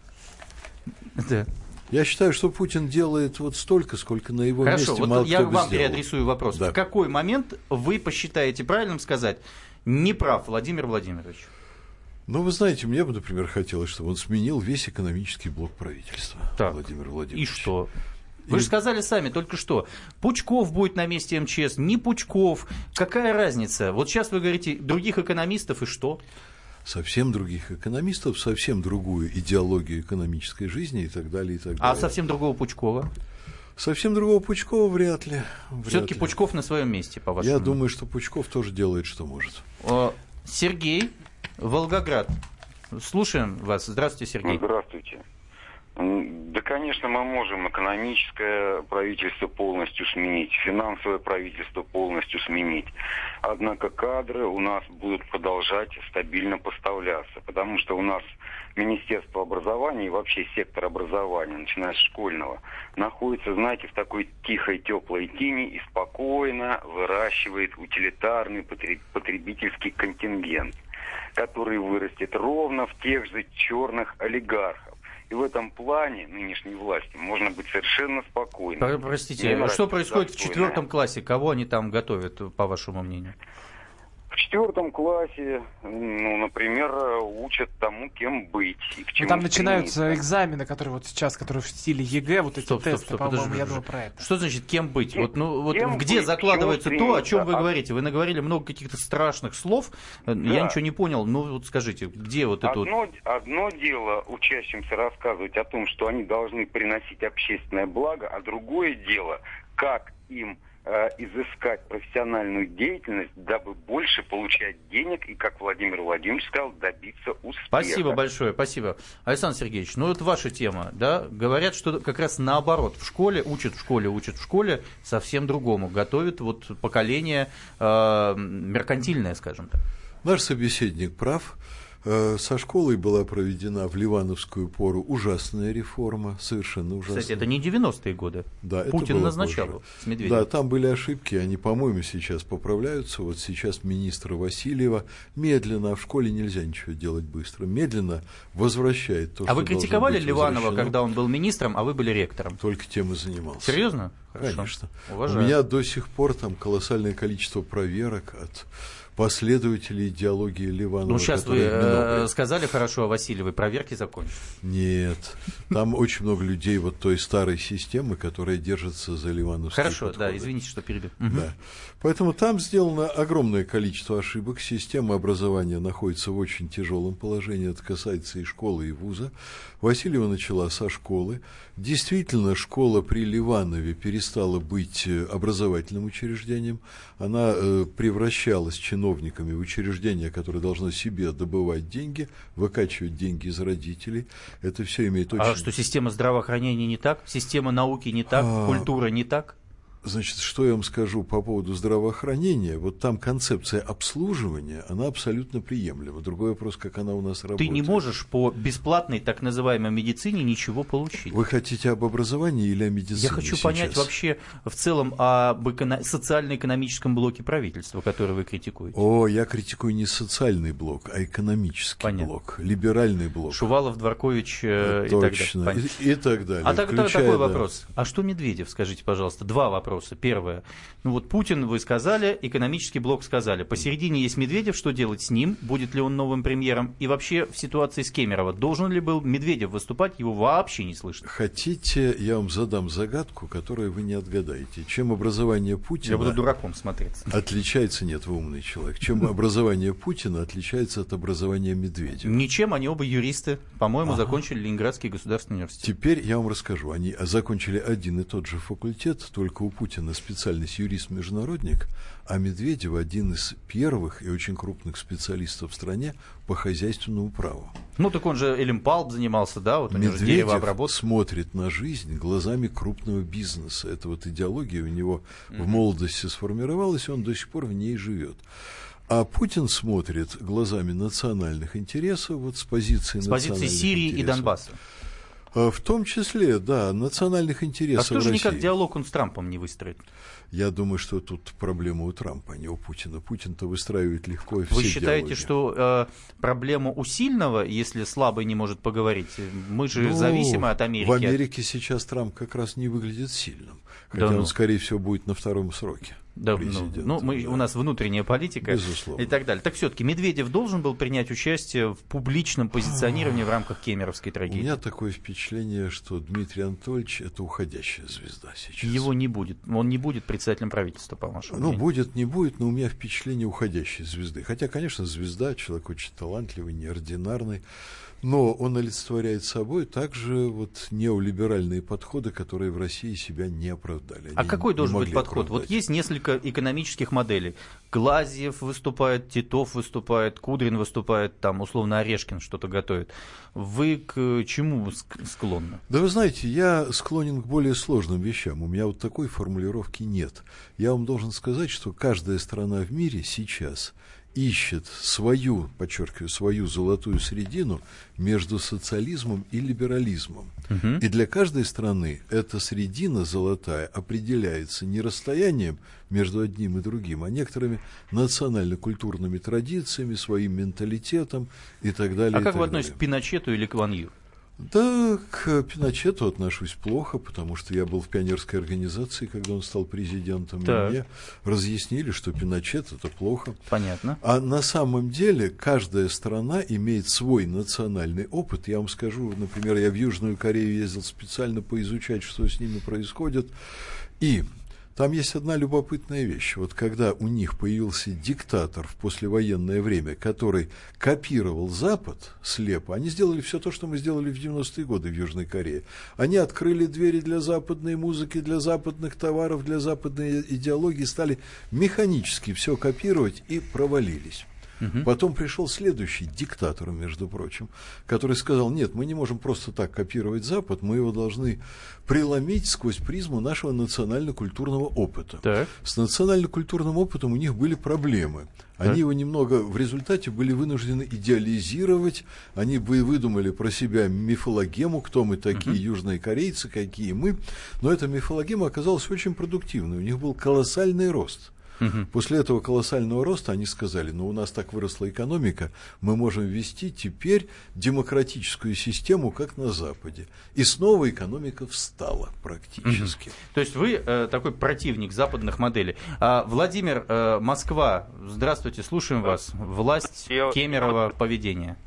B: Да.
D: Я считаю, что Путин делает вот столько, сколько на его
B: Хорошо,
D: месте
B: вот
D: мало
B: я
D: кто бы
B: вам
D: сделал.
B: переадресую вопрос.
D: Да.
B: В какой момент вы посчитаете правильным сказать, не прав Владимир Владимирович?
D: Ну, вы знаете, мне бы, например, хотелось, чтобы он сменил весь экономический блок правительства.
B: Так.
D: Владимир Владимирович.
B: И что? Вы же сказали сами только что, Пучков будет на месте эм че эс, не Пучков. Какая разница? Вот сейчас вы говорите, других экономистов и что?
D: Совсем других экономистов, совсем другую идеологию экономической жизни и так далее, и так далее.
B: А совсем другого Пучкова?
D: Совсем другого Пучкова вряд ли.
B: Все-таки Пучков на своем месте, по-вашему?
D: Я думаю, что Пучков тоже делает, что может.
B: Сергей, Волгоград. Слушаем вас. Здравствуйте, Сергей.
H: Здравствуйте. Да, конечно, мы можем экономическое правительство полностью сменить, финансовое правительство полностью сменить. Однако кадры у нас будут продолжать стабильно поставляться, потому что у нас Министерство образования и вообще сектор образования, начиная с школьного, находится, знаете, в такой тихой, теплой тени и спокойно выращивает утилитарный потребительский контингент. который вырастет ровно в тех же черных олигархов. И в этом плане нынешней власти можно быть совершенно спокойным.
B: Простите, что происходит в четвертом классе? Кого они там готовят, по вашему мнению?
H: В четвертом классе, ну, например, учат тому, кем быть. И к чему
E: там начинаются
H: стремиться.
E: экзамены, которые вот сейчас, которые в стиле ЕГЭ, вот эти
B: стоп,
E: тесты,
B: стоп, стоп,
E: по-моему,
B: подожди,
E: я
B: подожди.
E: думаю про это.
B: Что значит кем быть?
H: Кем,
B: вот, ну, вот где
H: быть,
B: закладывается то, о чем вы
H: а...
B: говорите? Вы наговорили много каких-то страшных слов, да. Я ничего не понял. Ну вот скажите, где вот это
H: одно,
B: вот...
H: одно дело учащимся рассказывать о том, что они должны приносить общественное благо, а другое дело, как им изыскать профессиональную деятельность, дабы больше получать денег и, как Владимир Владимирович сказал, добиться успеха.
B: Спасибо большое, спасибо. Александр Сергеевич, ну вот ваша тема, да, говорят, что как раз наоборот, в школе, учат в школе, учат в школе совсем другому, готовят вот поколение э, меркантильное, скажем так.
D: Наш собеседник прав. Со школой была проведена в ливановскую пору ужасная реформа, совершенно ужасная.
B: Кстати, это не девяностые годы.
D: Да,
B: Путин назначал
D: позже.
B: С Медведевым.
D: Да, там были ошибки, они, по-моему, сейчас поправляются. Вот сейчас министр Васильева медленно, а в школе нельзя ничего делать быстро, медленно возвращает то,
B: а
D: что
B: вы критиковали Ливанова,
D: возвращено.
B: когда он был министром, а вы были ректором?
D: Только тем и занимался.
B: Серьезно? Хорошо.
D: Конечно.
B: Уважаю.
D: У меня до сих пор там колоссальное количество проверок от последователей идеологии Ливанова.
B: Ну, сейчас вы э, сказали хорошо о Васильевой, проверки закончились.
D: Нет, там очень много людей вот той старой системы, которая держится за ливановские
B: Хорошо,
D: подходы.
B: да, извините, что перебил.
D: Да. Поэтому там сделано огромное количество ошибок. Система образования находится в очень тяжелом положении. Это касается и школы, и вуза. Васильева начала со школы. Действительно, школа при Ливанове перестала быть образовательным учреждением. Она э, превращалась чиновниками в учреждение, которое должно себе добывать деньги, выкачивать деньги из родителей. Это все имеет очень...
B: А что, система здравоохранения не так? Система науки не так? А... Культура не так?
D: Значит, что я вам скажу по поводу здравоохранения? Вот там концепция обслуживания, она абсолютно приемлема. Другой вопрос, как она у нас работает.
B: Ты не можешь по бесплатной так называемой медицине ничего получить.
D: Вы хотите об образовании или о медицине?
B: Я хочу
D: сейчас?
B: понять вообще в целом об эко... социально-экономическом блоке правительства, который вы критикуете.
D: О, я критикую не социальный блок, а экономический Понятно. блок, либеральный блок.
B: Шувалов, Дворкович э,
D: Точно.
B: и так далее.
D: И, и так далее.
B: А так,
D: Включая,
B: такой
D: да.
B: вопрос. А что Медведев, скажите, пожалуйста? Два вопроса. Первое. Ну вот Путин, вы сказали, экономический блок сказали. Посередине есть Медведев, что делать с ним? Будет ли он новым премьером? И вообще в ситуации с Кемерово, должен ли был Медведев выступать? Его вообще не слышно.
D: Хотите, я вам задам загадку, которую вы не отгадаете. Чем образование Путина...
B: Я буду дураком смотреться.
D: Отличается, нет, вы умный человек. Чем образование Путина отличается от образования Медведева?
B: Ничем, они оба юристы. По-моему, ага. закончили Ленинградский государственный университет.
D: Теперь я вам расскажу. Они закончили один и тот же факультет, только у Путина специальность юрист-международник, а Медведев один из первых и очень крупных специалистов в стране по хозяйственному праву.
B: Ну, так он же Элимпалп занимался, да? Вот у него же деревообработка.
D: Смотрит на жизнь глазами крупного бизнеса. Это вот идеология у него mm-hmm. в молодости сформировалась, и он до сих пор в ней живет. А Путин смотрит глазами национальных интересов, вот с позиции
B: с
D: национальных
B: позиции Сирии
D: интересов.
B: И Донбасса.
D: В том числе, да, национальных интересов.
B: А что же
D: России.
B: никак диалог он с Трампом не выстроит?
D: Я думаю, что тут проблема у Трампа, а не у Путина. Путин-то выстраивает легко и все
B: Вы считаете,
D: диалоги.
B: что э, проблема у сильного, если слабый не может поговорить? Мы же
D: ну,
B: зависимы от Америки.
D: В Америке сейчас Трамп как раз не выглядит сильным. Хотя да, он, ну. скорее всего, будет на втором сроке.
B: Да, ну, ну мы, да. у нас внутренняя политика
D: Безусловно.
B: И так далее. Так все-таки Медведев должен был принять участие в публичном позиционировании в рамках Кемеровской трагедии?
D: У меня такое впечатление, что Дмитрий Анатольевич — это уходящая звезда сейчас.
B: Его не будет. Он не будет председателем правительства, по вашему
D: Ну,
B: мнению.
D: будет, не будет, но у меня впечатление уходящей звезды. Хотя, конечно, звезда, человек очень талантливый, неординарный. Но он олицетворяет собой также вот неолиберальные подходы, которые в России себя не оправдали. Они
B: а какой должен быть подход?
D: Оправдать.
B: Вот есть несколько экономических моделей. Глазьев выступает, Титов выступает, Кудрин выступает, там условно Орешкин что-то готовит. Вы к чему склонны?
D: Да вы знаете, я склонен к более сложным вещам. У меня вот такой формулировки нет. Я вам должен сказать, что каждая страна в мире сейчас ищет свою, подчеркиваю, свою золотую середину между социализмом и либерализмом. Угу. И для каждой страны эта середина золотая определяется не расстоянием между одним и другим, а некоторыми национально-культурными традициями, своим менталитетом и так далее.
B: А как
D: вы
B: относитесь к Пиночету или к Ван Ю?
D: Да, к Пиночету отношусь плохо, потому что я был в пионерской организации, когда он стал президентом, так. и мне разъяснили, что Пиночет — это плохо.
B: Понятно.
D: А на самом деле каждая страна имеет свой национальный опыт. Я вам скажу, например, я в Южную Корею ездил специально поизучать, что с ними происходит, и там есть одна любопытная вещь. Вот когда у них появился диктатор в послевоенное время, который копировал Запад слепо, они сделали все то, что мы сделали в девяностые годы в Южной Корее. Они открыли двери для западной музыки, для западных товаров, для западной идеологии, стали механически все копировать и провалились. Угу. Потом пришел следующий диктатор, между прочим, который сказал: нет, мы не можем просто так копировать Запад, мы его должны преломить сквозь призму нашего национально-культурного опыта. Так. С национально-культурным опытом у них были проблемы. Они так. его немного в результате были вынуждены идеализировать, они бы выдумали про себя мифологему, кто мы такие, угу. южные корейцы, какие мы, но эта мифологема оказалась очень продуктивной, у них был колоссальный рост. Угу. После этого колоссального роста они сказали: ну, у нас так выросла экономика, мы можем ввести теперь демократическую систему, как на Западе. И снова экономика встала практически.
B: Угу. То есть вы э, такой противник западных моделей. А, Владимир, э, Москва, здравствуйте, слушаем вас. Власть Я... Кемерова, поведение.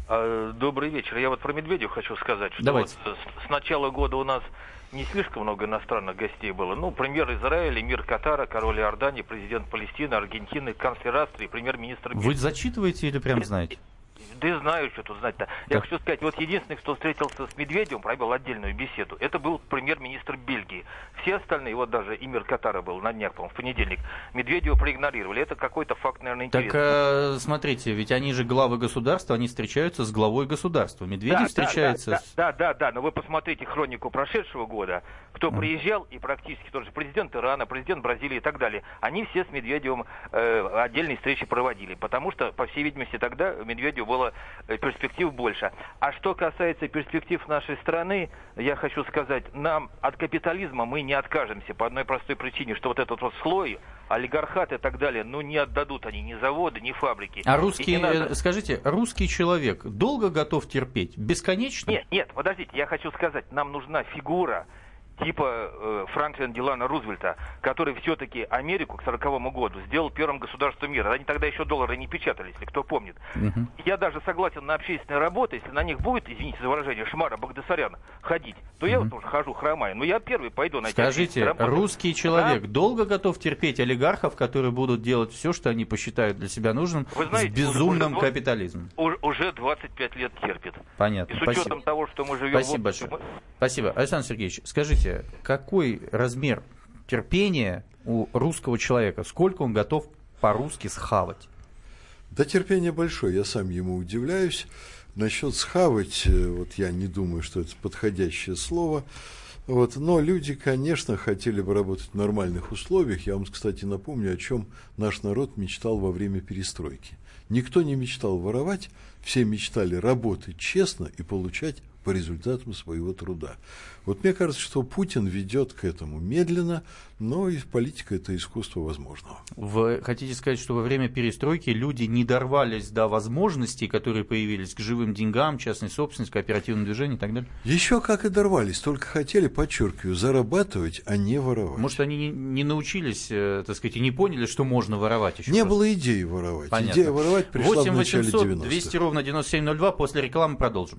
I: Добрый вечер. Я вот про Медведева хочу сказать, что вот с, с начала года у нас не слишком много иностранных гостей было. Ну, премьер Израиля, эмир Катара, король Иордании, президент Палестины, Аргентины, канцлер Австрии, премьер-министр...
B: Вы зачитываете или прям знаете?
I: Да и знаю, что тут знать-то. Я хочу сказать, вот единственный, кто встретился с Медведевым, провел отдельную беседу, это был премьер-министр Бельгии. Все остальные, вот даже эмир Катара был на днях, по-моему, в понедельник, Медведева проигнорировали. Это какой-то факт, наверное, интересный.
B: Так, э, смотрите, ведь они же главы государства, они встречаются с главой государства. Медведев да, встречается
I: да,
B: с...
I: Да, да, да, да, но вы посмотрите хронику прошедшего года, кто mm. приезжал, и практически тот же президент Ирана, президент Бразилии и так далее, они все с Медведевым э, отдельные встречи проводили, потому что, по всей видимости, тогда Медведеву было перспектив больше. А что касается перспектив нашей страны, я хочу сказать, нам от капитализма мы не откажемся по одной простой причине, что вот этот вот слой, олигархат и так далее, ну не отдадут они ни заводы, ни фабрики.
B: А русский, надо... скажите, русский человек долго готов терпеть? Бесконечно?
I: Нет, нет, подождите, я хочу сказать, нам нужна фигура типа э, Франклина Делано Рузвельта, который все-таки Америку к сороковому году сделал первым государством мира. Они тогда еще доллары не печатали, если кто помнит. Uh-huh. Я даже согласен на общественные работы, если на них будет, извините за выражение, Шмара Багдасарян ходить, то uh-huh. я вот тоже хожу, хромаю. Но я первый пойду на эти
B: Скажите, русский человек а? долго готов терпеть олигархов, которые будут делать все, что они посчитают для себя нужным, Вы знаете, с безумным уже, капитализмом?
I: Уже, уже двадцать пять лет терпит.
B: Понятно.
I: И с учетом
B: Спасибо.
I: того, что мы живем...
B: Спасибо в большое. Мы... Спасибо. Александр Сергеевич, скажите, какой размер терпения у русского человека? Сколько он готов по-русски схавать?
D: Да, терпение большое, я сам ему удивляюсь. Насчет схавать, вот я не думаю, что это подходящее слово. Вот, но люди, конечно, хотели бы работать в нормальных условиях. Я вам, кстати, напомню, о чем наш народ мечтал во время перестройки. Никто не мечтал воровать, все мечтали работать честно и получать по результатам своего труда. Вот мне кажется, что Путин ведет к этому медленно, но и политика – это искусство возможного.
B: Вы хотите сказать, что во время перестройки люди не дорвались до возможностей, которые появились, к живым деньгам, частной собственности, кооперативному движению и так далее?
D: Еще как и дорвались, только хотели, подчеркиваю, зарабатывать, а не воровать.
B: Может, они не, не научились, э, так сказать, и не поняли, что можно воровать еще?
D: Не
B: просто.
D: было идеи воровать.
B: Понятно.
D: Идея воровать пришла в начале девяностых.
B: двести ровно девяносто семь ноль два, после рекламы продолжим.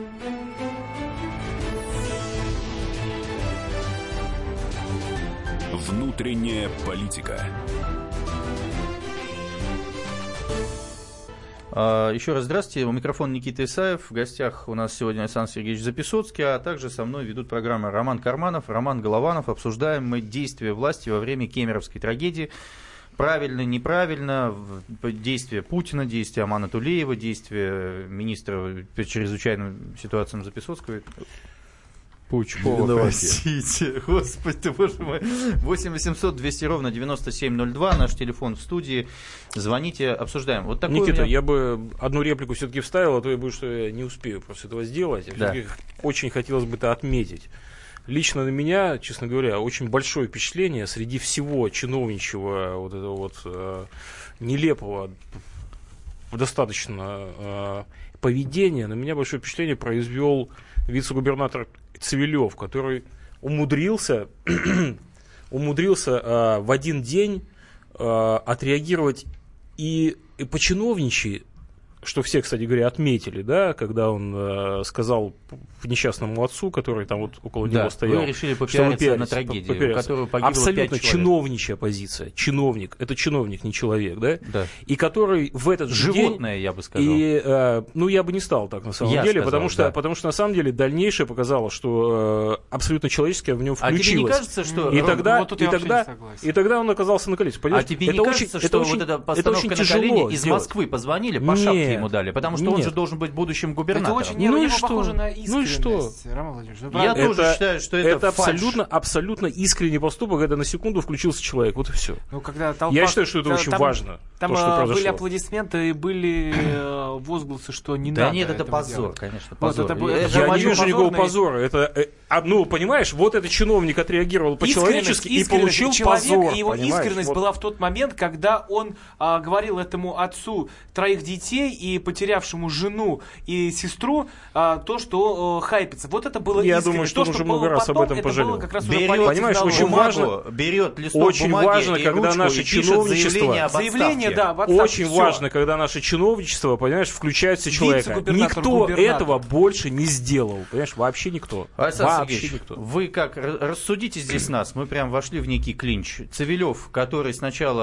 A: Внутренняя политика.
B: Еще раз здравствуйте. У микрофона Никита Исаев. В гостях у нас сегодня Александр Сергеевич Записоцкий, а также со мной ведут программы Роман Карманов, Роман Голованов. Обсуждаем мы действия власти во время кемеровской трагедии. Правильно, неправильно, действия Путина, действия Амана Тулеева, действия министра по чрезвычайным ситуациям Записоцкого.
C: Пучкова,
B: простите, господи ты, боже мой. восемь восемьсот двести ровно девяносто семь ноль два, наш телефон в студии. Звоните, обсуждаем. Вот такой
C: Никита,
B: меня...
C: я бы одну реплику все-таки вставил, а то я боюсь, что я не успею просто этого сделать. Да. Очень хотелось бы это отметить. Лично на меня, честно говоря, очень большое впечатление среди всего чиновничьего вот этого вот э, нелепого достаточно э, поведения. На меня большое впечатление произвел вице-губернатор Цивилев, который умудрился, умудрился э, в один день э, отреагировать и, и по-чиновничьи, что все, кстати говоря, отметили, да, когда он э, сказал несчастному отцу, который там вот около да, него стоял.
B: Вы решили попиариться на трагедии, в которой погибло
C: абсолютно чиновничья позиция. Чиновник. Это чиновник, не человек, да?
B: Да.
C: И который в этот же
B: Животное,
C: день...
B: Животное, я бы сказал.
C: И, э, ну, я бы не стал так, на самом
B: я
C: деле,
B: сказал,
C: потому, что,
B: да.
C: потому что, на самом деле, дальнейшее показало, что э, абсолютно человеческое в нем включилось.
B: А тебе не кажется, что...
C: И тогда,
E: вот тут
C: и
E: я
C: тогда, и тогда он оказался на колесе.
B: А тебе
C: это
B: не
C: очень,
B: кажется,
C: это
B: что
C: очень,
B: вот эта
C: это
B: постановка
C: очень
B: на колени из
C: сделать.
B: Москвы позвонили, по
C: Нет,
B: шапке ему дали? Потому что
C: нет.
B: он же должен быть будущим губернатором.
E: Это очень не,
C: ну
E: не
C: и что?
E: похоже на
C: Ну и что?
E: Роман Владимирович.
B: Я
C: это,
B: тоже считаю, что это,
C: это
B: фальшь.
C: абсолютно, абсолютно искренний поступок, когда на секунду включился человек. Вот и все.
E: Ну, когда толпа,
C: Я считаю, что это
E: там,
C: очень важно.
E: Там
C: то, что
E: были
C: произошло.
E: аплодисменты и были э, возгласы, что не
B: да
E: надо.
B: нет, это позор,
E: делать.
B: конечно, позор.
E: Вот, это,
C: Я
E: это
C: не вижу никакого
E: позорный...
C: позора. Это, э, а, ну, понимаешь, вот этот чиновник отреагировал по-человечески и получил
E: человек,
C: позор.
E: И его
C: понимаешь?
E: искренность
C: вот.
E: была в тот момент, когда он а, говорил этому отцу троих детей и потерявшему жену и сестру а, то, что а, хайпится. Вот это было
C: Я
E: искренне.
C: думаю, что
E: то,
C: он уже
E: было
C: много раз
E: потом,
C: об этом
E: это
C: пожалел.
E: было как раз
B: берет,
E: уже
C: понимаешь, очень
B: бумагу,
C: важно,
B: берет листок
C: очень
B: бумаги
C: важно,
B: и
C: когда
B: ручку,
C: наше
B: и пишет
C: чиновничество,
B: заявление об
E: заявление,
B: отставке.
E: да, в отставке.
C: Очень
E: Всё.
C: важно, когда наше чиновничество, понимаешь, включается в человека.
E: Вице-губернатор,
C: Никто
E: губернатор.
C: этого больше не сделал. Понимаешь, вообще никто.
B: Александр
C: Вообще
B: Сергеевич,
C: никто.
B: вы как, рассудите здесь нас, мы прям вошли в некий клинч. Цивилев, который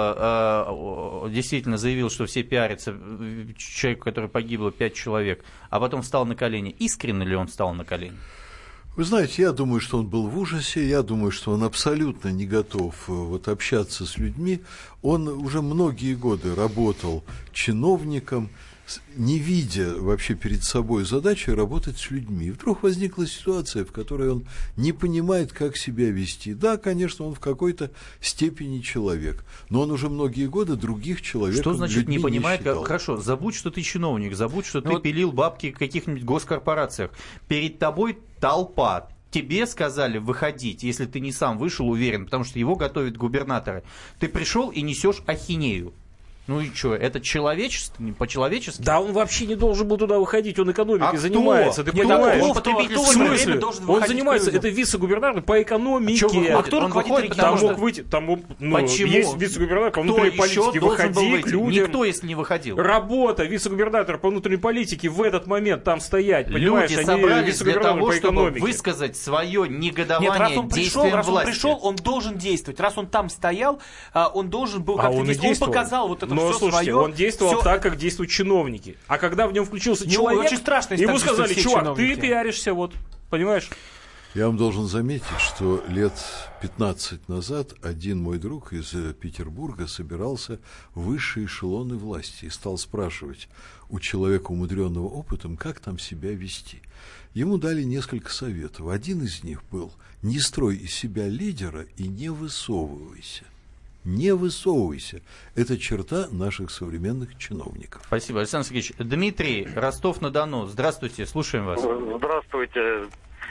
B: сначала э, действительно заявил, что все пиарятся, человеку, который погибло, пять человек, а потом встал на колени. Искренне ли он встал на колени?
D: Вы знаете, я думаю, что он был в ужасе, я думаю, что он абсолютно не готов вот, общаться с людьми. Он уже многие годы работал чиновником, не видя вообще перед собой задачи работать с людьми. И вдруг возникла ситуация, в которой он не понимает, как себя вести. Да, конечно, он в какой-то степени человек, но он уже многие годы других человеков
B: Что значит не понимает?
D: Не
B: как... Хорошо, забудь, что ты чиновник, забудь, что
E: ну,
B: ты
E: вот...
B: пилил бабки в каких-нибудь госкорпорациях. Перед тобой толпа. Тебе сказали выходить, если ты не сам вышел уверен, потому что его готовят губернаторы. Ты пришел и несешь ахинею. Ну и что, это человечество, по-человечески?
C: Да он вообще не должен был туда выходить, он экономикой
B: а
C: занимается. Ты
B: кто?
C: понимаешь?
B: Он,
C: в смысле? Он занимается, это вице-губернатор по экономике.
B: А,
E: а кто руководит
C: Там
B: что...
C: мог выйти, там ну,
B: Почему?
C: Есть вице-губернатор по внутренней политике, выходи к людям.
B: Никто, если не выходил.
C: Работа вице-губернатора по внутренней политике в этот момент там стоять, понимаешь?
B: Люди
C: Они
B: собрались для того,
C: по
B: чтобы
C: экономике.
B: высказать свое негодование.
E: Нет, раз он пришел, раз он
B: власти.
E: пришел, он должен действовать. Раз он там стоял, он должен был как-то
C: а он
E: действовать. Он показал вот это
C: Но,
E: все
C: слушайте,
E: свое.
C: он действовал
E: все...
C: так, как действуют чиновники. А когда в нем включился
E: ну,
C: человек,
E: очень страшно,
C: ему сказали, чувак,
E: чиновники.
C: ты пиаришься, вот, понимаешь?
D: Я вам должен заметить, что лет пятнадцать назад один мой друг из Петербурга собирался в высшие эшелоны власти и стал спрашивать у человека, умудренного опытом, как там себя вести. Ему дали несколько советов. Один из них был: не строй из себя лидера и не высовывайся. Не высовывайся. Это черта наших современных чиновников.
B: Спасибо, Александр Сергеевич. Дмитрий, Ростов-на-Дону. Здравствуйте, слушаем вас.
J: Здравствуйте.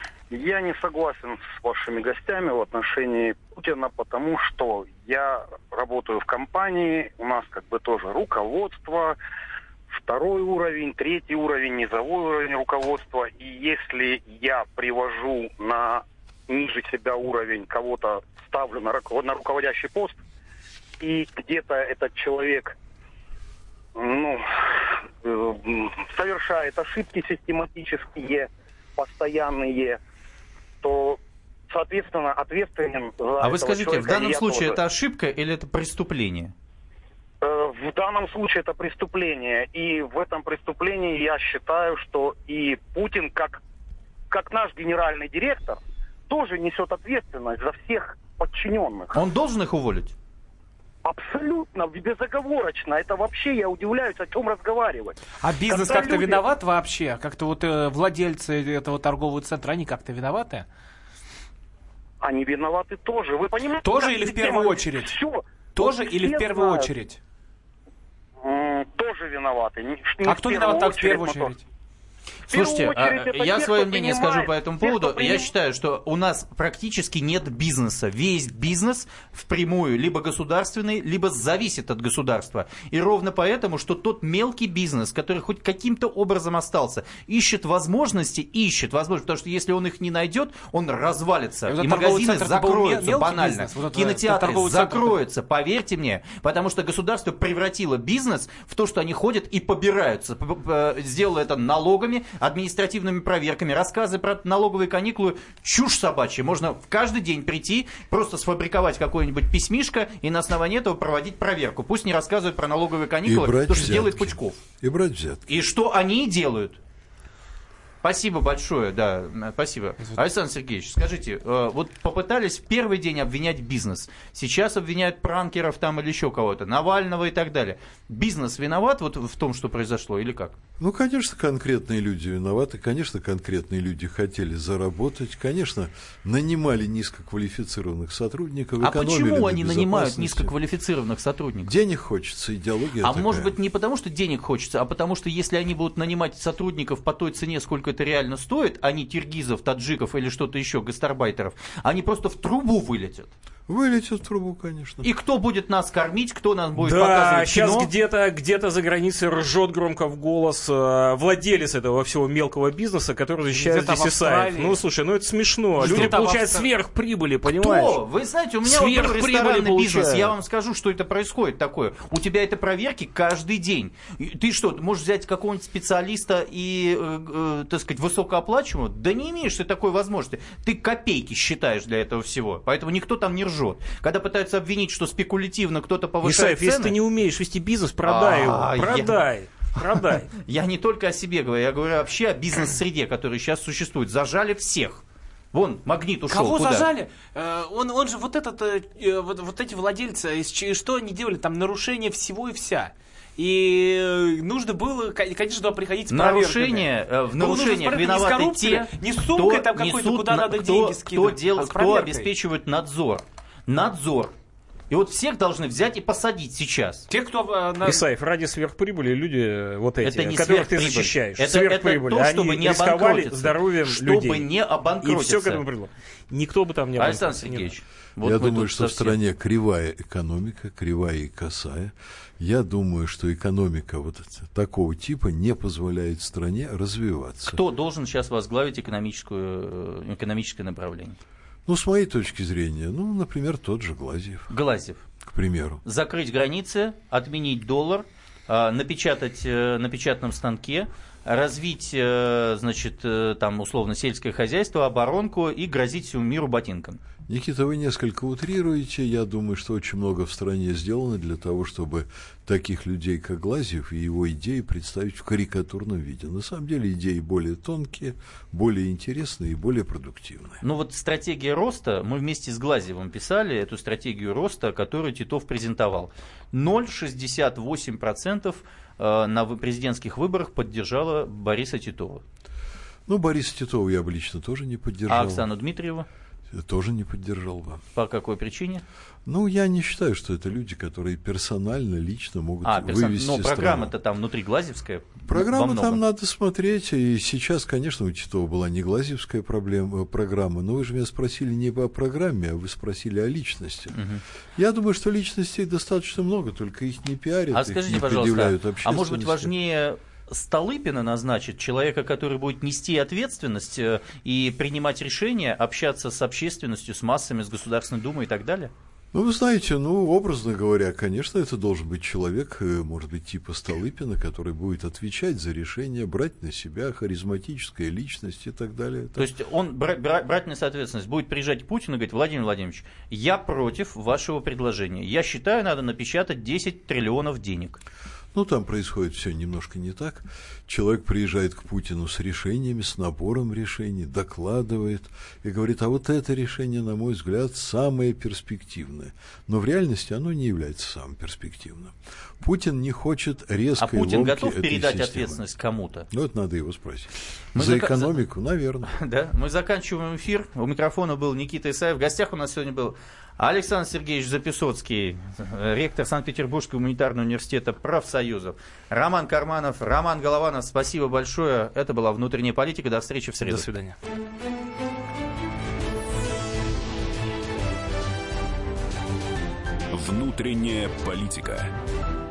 J: Я не согласен с вашими гостями в отношении Путина, потому что я работаю в компании, у нас как бы тоже руководство, второй уровень, третий уровень, низовой уровень руководства. И если я привожу на ниже себя уровень, кого-то ставлю на, на руководящий пост, и где-то этот человек ну, совершает ошибки систематические, постоянные, то, соответственно, ответственен за
B: А вы скажите, в данном случае
J: тоже.
B: Это ошибка или это преступление?
J: В данном случае это преступление. И в этом преступлении я считаю, что и Путин, как, как наш генеральный директор, тоже несет ответственность за всех подчиненных.
B: Он должен их уволить?
J: Абсолютно. абсолютно безоговорочно. Это вообще, я удивляюсь, о чем разговаривать.
E: А бизнес
J: Когда
E: как-то
J: люди...
E: виноват вообще? Как-то вот э, владельцы этого торгового центра, они как-то виноваты?
J: Они виноваты тоже. Вы понимаете?
E: Тоже или в первую очередь?
J: Все.
E: Тоже
J: вот
E: или в первую
J: знают.
E: очередь?
J: М, тоже виноваты. Не, не
E: А
J: в
E: кто
J: первую
E: виноват так в первую
J: мотор.
E: очередь?
B: Слушайте,
J: очередь, это
B: я
J: те,
B: свое
J: кто
B: мнение
J: принимает,
B: скажу по этому
J: те, кто
B: поводу.
J: приним-
B: Я считаю, что у нас практически нет бизнеса. Весь бизнес впрямую либо государственный, либо зависит от государства. И ровно поэтому, что тот мелкий бизнес, который хоть каким-то образом остался, ищет возможности, ищет возможности, потому что если он их не найдет, он развалится.
E: И вот
B: И
E: этот торговый
B: магазины
E: центр, это был
B: закроются
E: мелкий
B: банально.
E: бизнес? Вот этот
B: Кинотеатры
E: торговый центр,
B: закроются, поверьте мне. Потому что государство превратило бизнес в то, что они ходят и побираются. П- п- Сделало это налогами, административными проверками, рассказы про налоговые каникулы, чушь собачья. Можно в каждый день прийти, просто сфабриковать какое-нибудь письмишко и на основании этого проводить проверку. Пусть не рассказывают про налоговые каникулы, то, что делает Пучков.
D: И брать взятки.
B: И что они и делают. Спасибо большое, да, спасибо. Александр Сергеевич, скажите, вот попытались в первый день обвинять бизнес, сейчас обвиняют пранкеров там или еще кого-то, Навального и так далее. Бизнес виноват вот в том, что произошло, или как?
D: Ну, конечно, конкретные люди виноваты, конечно, конкретные люди хотели заработать, конечно, нанимали низкоквалифицированных сотрудников.
B: А почему они нанимают
D: безопасности.
B: низкоквалифицированных сотрудников?
D: Денег хочется, идеология
B: А
D: такая.
B: может быть не потому, что денег хочется, а потому что если они будут нанимать сотрудников по той цене, сколько это реально стоит, а не киргизов, таджиков или что-то еще, гастарбайтеров, они просто в трубу вылетят.
D: Вылетят в трубу, конечно.
B: И кто будет нас кормить, кто нас будет
C: Да,
B: показывать
C: сейчас
B: кино?
C: где-то, где-то за границей ржет громко в голос э, владелец этого всего мелкого бизнеса, который защищает
E: Где-то в
C: здесь Исаев.
E: Австралии.
C: Ну, слушай, ну это смешно.
E: Где-то
C: Люди
E: в
C: получают
E: Австралии.
C: сверхприбыли, понимаешь?
B: Кто? Вы знаете, у меня вот был
C: Сверхприбыли
B: ресторанный бизнес.
C: получают.
B: Я вам скажу, что это происходит такое. У тебя это проверки каждый день. И ты что, можешь взять какого-нибудь специалиста и, э, э, так сказать, высокооплачиваемого? Да не имеешь ты такой возможности. Ты копейки считаешь для этого всего. Поэтому никто там не ржет. Когда пытаются обвинить, что спекулятивно кто-то повышает
C: Исаев, если
B: цены...
C: ты не умеешь вести бизнес, продай
B: А,
C: его.
B: я-
C: Продай. Продай.
B: Я не только о себе говорю, я говорю вообще о бизнес-среде, которая сейчас существует. Зажали всех. Вон, Магнит ушел.
E: Кого
B: Куда?
E: зажали? Э, Он, он же вот этот, э, э, вот, вот эти владельцы, из ч- что они делали? Там нарушение всего и вся. И э, нужно было, ко- конечно, туда приходить с
B: Нарушение, э, в
E: Ну, нужно
B: нарушениях
E: смотреть не с
B: виноваты
E: коррупцией,
B: те,
E: не с сумкой там
B: кто
E: какой-то,
B: несут
E: куда
B: на-
E: надо
B: кто-
E: деньги
B: кто,
E: скидывать,
B: дел-
E: а с
B: кто
E: проверкой.
B: обеспечивает надзор. Надзор. И вот всех должны взять и посадить сейчас.
E: Те, кто... э, на-
C: Исаев, ради сверхприбыли люди вот эти,
B: Это не
C: которых ты
B: сверхприбыль.
C: защищаешь.
B: Это,
C: сверхприбыль.
B: это то,
C: Они
B: чтобы не
C: рисковали
B: обанкротиться.
C: здоровьем
B: чтобы
C: людей.
B: не
C: И
B: обанкротиться.
C: все к этому привело. Никто бы там не
B: Александр
C: обанкротился.
B: Сергеевич, вот
D: Я
B: мы
D: думаю,
B: тут
D: что в
B: совсем-
D: стране кривая экономика, кривая и косая. Я думаю, что экономика вот такого типа не позволяет стране развиваться.
B: Кто должен сейчас возглавить экономическую, э, экономическое направление?
D: Ну, с моей точки зрения, ну, например, тот же Глазьев,
B: Глазьев.
D: к примеру.
B: Закрыть границы, отменить доллар, э, напечатать э, на печатном станке, развить, э, значит, э, там, условно, сельское хозяйство, оборонку и грозить всему миру ботинком.
D: Никита, вы несколько утрируете. Я думаю, что очень много в стране сделано для того, чтобы таких людей, как Глазьев, и его идеи представить в карикатурном виде. На самом деле идеи более тонкие, более интересные и более продуктивные.
B: Ну вот стратегия роста, мы вместе с Глазьевым писали эту стратегию роста, которую Титов презентовал. ноль целых шестьдесят восемь сотых процента на президентских выборах поддержала Бориса Титова.
D: Ну, Бориса Титова я бы лично тоже не поддержал.
B: А Оксану Дмитриеву?
D: Тоже не поддержал бы.
B: По какой причине?
D: Ну, я не считаю, что это люди, которые персонально, лично могут
B: А, персон...
D: вывести
B: но
D: страну.
B: программа-то там внутри Глазьевская.
D: Программу там надо смотреть, и сейчас, конечно, у Титова была не Глазьевская проблема, программа, но вы же меня спросили не о программе, а вы спросили о личности.
B: Угу.
D: Я думаю, что личностей достаточно много, только их не пиарят,
B: а
D: их
B: скажите,
D: не
B: пожалуйста,
D: предъявляют
B: а
D: общественности.
B: может быть важнее Столыпина назначить, человека, который будет нести ответственность э, и принимать решения, общаться с общественностью, с массами, с Государственной Думой и так далее?
D: Ну, вы знаете, ну, образно говоря, конечно, это должен быть человек, может быть, типа Столыпина, который будет отвечать за решение, брать на себя, харизматическая личность и так далее.
B: То есть он бра- бра- брать на себя ответственность, будет приезжать к Путину и говорить: Владимир Владимирович, я против вашего предложения. Я считаю, надо напечатать десять триллионов денег.
D: Ну, там происходит все немножко не так. Человек приезжает к Путину с решениями, с набором решений, докладывает и говорит, а вот это решение, на мой взгляд, самое перспективное. Но в реальности оно не является самым перспективным. Путин не хочет резкой ломки этой системы.
B: А Путин готов передать ответственность кому-то?
D: Ну, это надо его спросить.
B: Мы
D: За
B: зак...
D: экономику, наверное.
B: Да, мы заканчиваем эфир. У микрофона был Никита Исаев. В гостях у нас сегодня был Александр Сергеевич Записоцкий, ректор Санкт-Петербургского гуманитарного университета профсоюзов. Роман Карманов, Роман Голованов, спасибо большое. Это была «Внутренняя политика». До встречи в среду.
C: До свидания.
A: «Внутренняя политика».